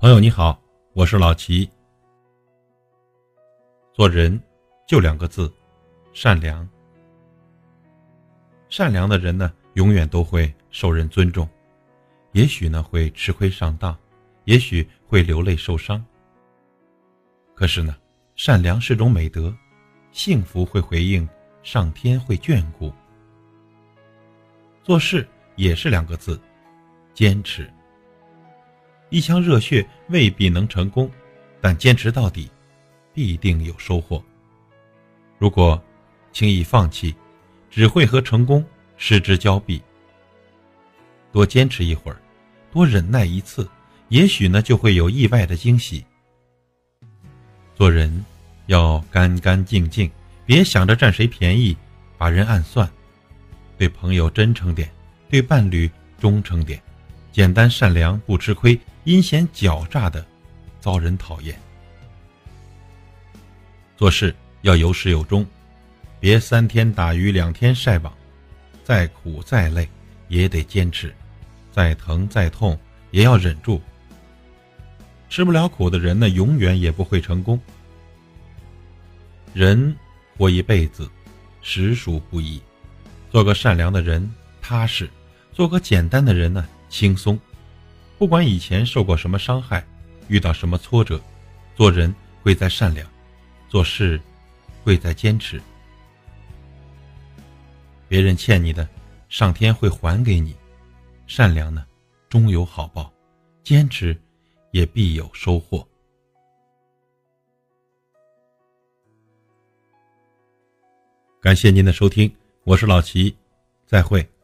朋友你好，我是老齐。做人就2个字，善良。善良的人呢，永远都会受人尊重，也许呢会吃亏上当，也许会流泪受伤。可是呢，善良是种美德，幸福会回应，上天会眷顾。做事也是2个字，坚持。一腔热血未必能成功，但坚持到底必定有收获。如果轻易放弃，只会和成功失之交臂。多坚持一会儿，多忍耐一次，也许呢就会有意外的惊喜。做人要干干净净，别想着占谁便宜，把人暗算。对朋友真诚点，对伴侣忠诚点，简单善良不吃亏，阴险狡诈的遭人讨厌。做事要有始有终，别3天打鱼2天晒网，再苦再累也得坚持，再疼再痛也要忍住。吃不了苦的人呢，永远也不会成功。人活一辈子，实属不易。做个善良的人踏实，做个简单的人呢轻松。不管以前受过什么伤害，遇到什么挫折，做人贵在善良，做事贵在坚持。别人欠你的，上天会还给你。善良呢，终有好报，坚持也必有收获。感谢您的收听，我是老齐，再会。